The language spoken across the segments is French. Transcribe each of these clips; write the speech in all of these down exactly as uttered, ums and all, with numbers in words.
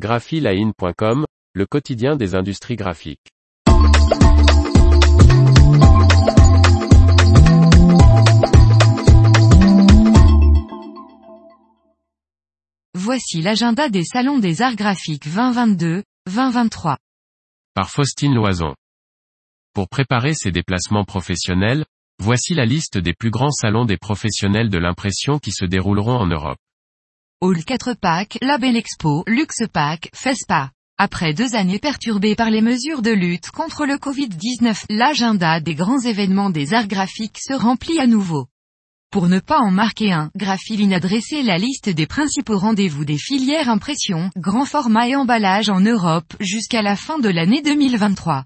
graphiline point com, le quotidien des industries graphiques. Voici l'agenda des salons des arts graphiques vingt vingt-deux vingt vingt-trois. Par Faustine Loison. Pour préparer ses déplacements professionnels, voici la liste des plus grands salons des professionnels de l'impression qui se dérouleront en Europe. Hall quatre Pack, Label Expo, Luxpack, FESPA. Après deux années perturbées par les mesures de lutte contre le covid dix-neuf, l'agenda des grands événements des arts graphiques se remplit à nouveau. Pour ne pas en marquer un, Graphiline a dressé la liste des principaux rendez-vous des filières impression, grand format et emballage en Europe jusqu'à la fin de l'année deux mille vingt-trois.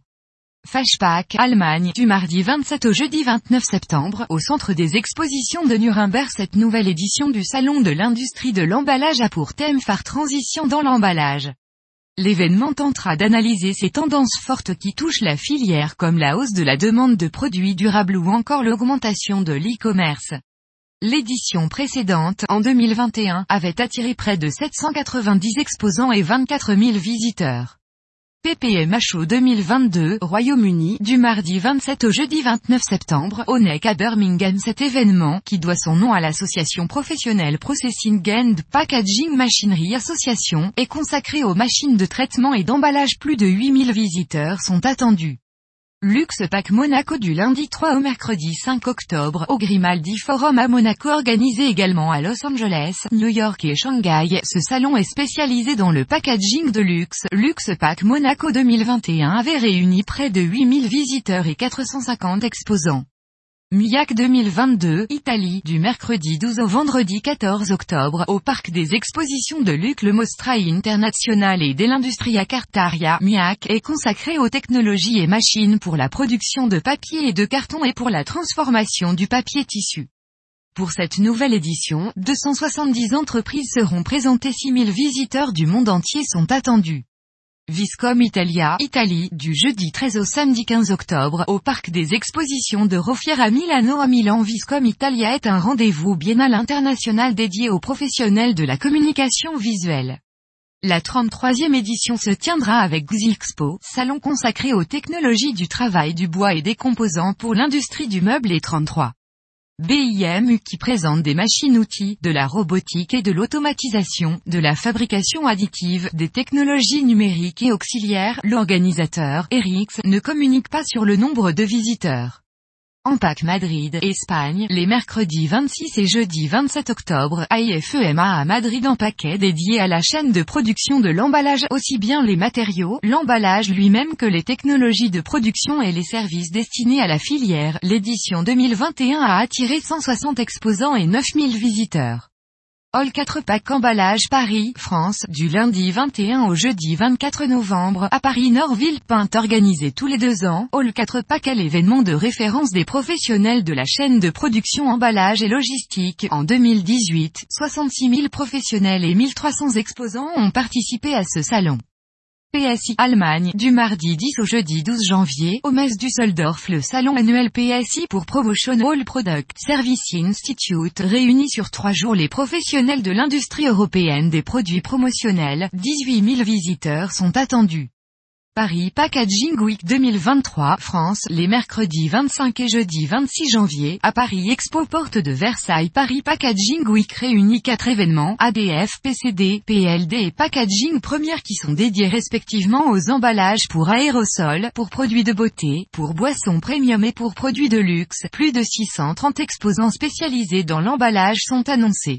FESPAC, Allemagne, du mardi vingt-sept au jeudi vingt-neuf septembre, au centre des expositions de Nuremberg. Cette nouvelle édition du salon de l'industrie de l'emballage a pour thème phare transition dans l'emballage. L'événement tentera d'analyser ces tendances fortes qui touchent la filière comme la hausse de la demande de produits durables ou encore l'augmentation de l'e-commerce. L'édition précédente, en deux mille vingt et un, avait attiré près de sept cent quatre-vingt-dix exposants et vingt-quatre mille visiteurs. P P M H O deux mille vingt-deux, Royaume-Uni, du mardi vingt-sept au jeudi vingt-neuf septembre, au N E C à Birmingham. Cet événement, qui doit son nom à l'association professionnelle Processing and Packaging Machinery Association, est consacré aux machines de traitement et d'emballage. Plus de huit mille visiteurs sont attendus. Luxpack Monaco du lundi trois au mercredi cinq octobre, au Grimaldi Forum à Monaco, organisé également à Los Angeles, New York et Shanghai. Ce salon est spécialisé dans le packaging de luxe. Luxpack Monaco deux mille vingt et un avait réuni près de huit mille visiteurs et quatre cent cinquante exposants. M I A C deux mille vingt-deux, Italie, du mercredi douze au vendredi quatorze octobre, au parc des expositions de Luc. Le Mostra International et dell'Industria Cartaria, M I A C, est consacré aux technologies et machines pour la production de papier et de carton et pour la transformation du papier tissu. Pour cette nouvelle édition, deux cent soixante-dix entreprises seront présentées. six mille visiteurs du monde entier sont attendus. Viscom Italia, Italie, du jeudi treize au samedi quinze octobre, au parc des expositions de Roffière à Milano. À Milan, Viscom Italia est un rendez-vous biennal international dédié aux professionnels de la communication visuelle. La trente-troisième édition se tiendra avec Xixpo, salon consacré aux technologies du travail du bois et des composants pour l'industrie du meuble, et trente-trois. B I M U qui présente des machines-outils, de la robotique et de l'automatisation, de la fabrication additive, des technologies numériques et auxiliaires. L'organisateur, Erix, ne communique pas sur le nombre de visiteurs. Empac Madrid, Espagne, les mercredis vingt-six et jeudi vingt-sept octobre, à I F E M A à Madrid. Empac est dédié à la chaîne de production de l'emballage, aussi bien les matériaux, l'emballage lui-même que les technologies de production et les services destinés à la filière. L'édition deux mille vingt et un a attiré cent soixante exposants et neuf mille visiteurs. Hall quatre Pack Emballage Paris, France, du lundi vingt et un au jeudi vingt-quatre novembre, à Paris Nord. Villepinte, organisé tous les deux ans, Hall quatre Pack est l'événement de référence des professionnels de la chaîne de production emballage et logistique. En deux mille dix-huit, soixante-six mille professionnels et mille trois cents exposants ont participé à ce salon. P S I Allemagne, du mardi dix au jeudi douze janvier, au Messe Düsseldorf. Le salon annuel P S I pour Promotional Product Service Institute réunit sur trois jours les professionnels de l'industrie européenne des produits promotionnels. dix-huit mille visiteurs sont attendus. Paris Packaging Week deux mille vingt-trois, France, les mercredis vingt-cinq et jeudi vingt-six janvier, à Paris Expo Porte de Versailles. Paris Packaging Week réunit quatre événements, A D F, P C D, P L D et Packaging Première, qui sont dédiés respectivement aux emballages pour aérosols, pour produits de beauté, pour boissons premium et pour produits de luxe. Plus de six cent trente exposants spécialisés dans l'emballage sont annoncés.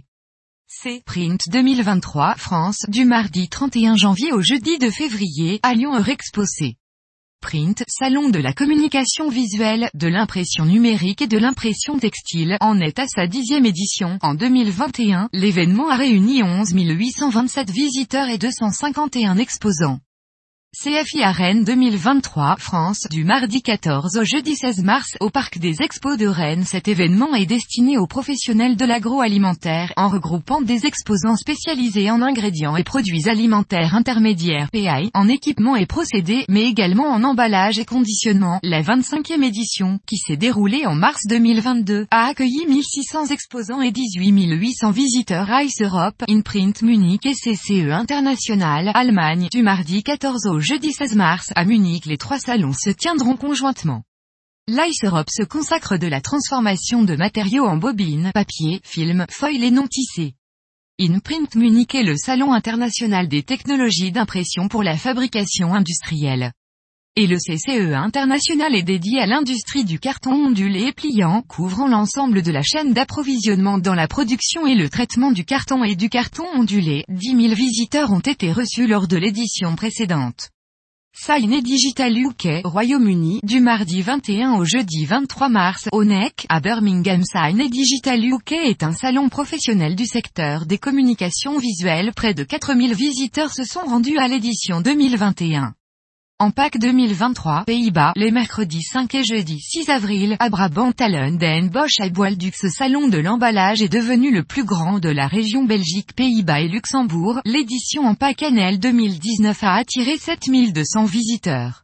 C. Print deux mille vingt-trois, France, du mardi trente et un janvier au jeudi deux février, à Lyon. Eurexpo. C. Print, salon de la communication visuelle, de l'impression numérique et de l'impression textile, en est à sa dixième édition. En deux mille vingt et un, l'événement a réuni onze mille huit cent vingt-sept visiteurs et deux cent cinquante et un exposants. C F I à Rennes deux mille vingt-trois, France, du mardi quatorze au jeudi seize mars, au Parc des Expos de Rennes. Cet événement est destiné aux professionnels de l'agroalimentaire, en regroupant des exposants spécialisés en ingrédients et produits alimentaires intermédiaires P I, en équipements et procédés, mais également en emballage et conditionnement. La vingt-cinquième édition, qui s'est déroulée en mars deux mille vingt-deux, a accueilli mille six cents exposants et dix-huit mille huit cents visiteurs à Ice Europe, Imprint Munich et C C E International, Allemagne, du mardi quatorze au jeudi seize mars, à Munich. Les trois salons se tiendront conjointement. L'Ice Europe se consacre de la transformation de matériaux en bobines, papier, film, foil et non tissés. Imprint Munich est le salon international des technologies d'impression pour la fabrication industrielle. Et le C C E International est dédié à l'industrie du carton ondulé et pliant, couvrant l'ensemble de la chaîne d'approvisionnement dans la production et le traitement du carton et du carton ondulé. dix mille visiteurs ont été reçus lors de l'édition précédente. Sign et Digital U K, Royaume-Uni, du mardi vingt et un au jeudi vingt-trois mars, au N E C, à Birmingham. Sign et Digital U K est un salon professionnel du secteur des communications visuelles. Près de quatre mille visiteurs se sont rendus à l'édition deux mille vingt et un. En Pâques deux mille vingt-trois, Pays-Bas, les mercredis cinq et jeudi six avril, à Brabant-Tallen den Bosch à Bois-le-Duc. Ce salon de l'emballage est devenu le plus grand de la région Belgique, Pays-Bas et Luxembourg. L'édition en Pâques N L deux mille dix-neuf a attiré sept mille deux cents visiteurs.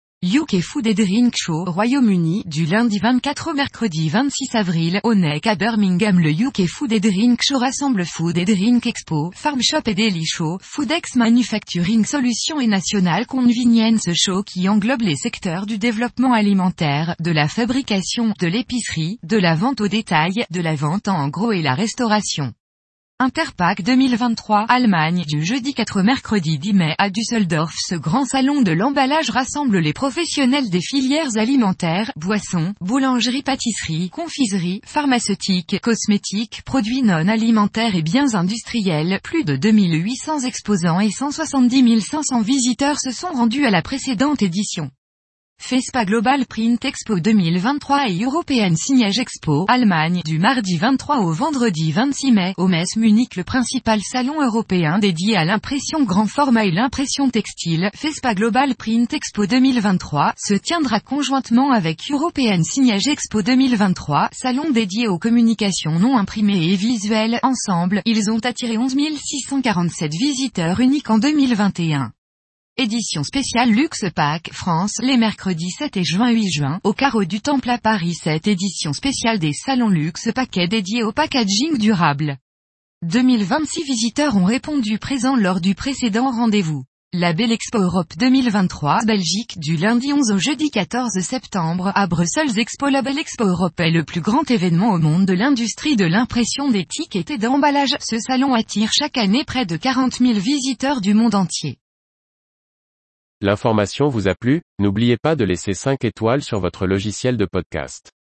U K Food and Drink Show, Royaume-Uni, du lundi vingt-quatre au mercredi vingt-six avril, au N E C à Birmingham. Le U K Food and Drink Show rassemble Food and Drink Expo, Farm Shop et Deli Show, Foodex Manufacturing Solutions et National Convenience Show qui englobe les secteurs du développement alimentaire, de la fabrication, de l'épicerie, de la vente au détail, de la vente en gros et la restauration. Interpack deux mille vingt-trois, Allemagne, du jeudi quatre au mercredi dix mai, à Düsseldorf. Ce grand salon de l'emballage rassemble les professionnels des filières alimentaires, boissons, boulangerie, pâtisserie, confiserie, pharmaceutique, cosmétiques, produits non alimentaires et biens industriels. Plus de deux mille huit cents exposants et cent soixante-dix mille cinq cents visiteurs se sont rendus à la précédente édition. FESPA Global Print Expo deux mille vingt-trois et European Signage Expo, Allemagne, du mardi vingt-trois au vendredi vingt-six mai, au Metz Munich. Le principal salon européen dédié à l'impression grand format et l'impression textile, FESPA Global Print Expo deux mille vingt-trois, se tiendra conjointement avec European Signage Expo deux mille vingt-trois, salon dédié aux communications non imprimées et visuelles. Ensemble, ils ont attiré onze mille six cent quarante-sept visiteurs uniques en deux mille vingt et un. Édition spéciale Luxe Pack, France, les mercredis sept et juin huit juin, au Carreau du Temple à Paris. Cette édition spéciale des salons Luxe Pack est dédiée au packaging durable. deux mille vingt-six visiteurs ont répondu présents lors du précédent rendez-vous. La Belle Expo Europe deux mille vingt-trois, Belgique, du lundi onze au jeudi quatorze septembre, à Bruxelles. Expo. La Belle Expo Europe est le plus grand événement au monde de l'industrie de l'impression d'étiquettes et d'emballage. Ce salon attire chaque année près de quarante mille visiteurs du monde entier. L'information vous a plu? N'oubliez pas de laisser cinq étoiles sur votre logiciel de podcast.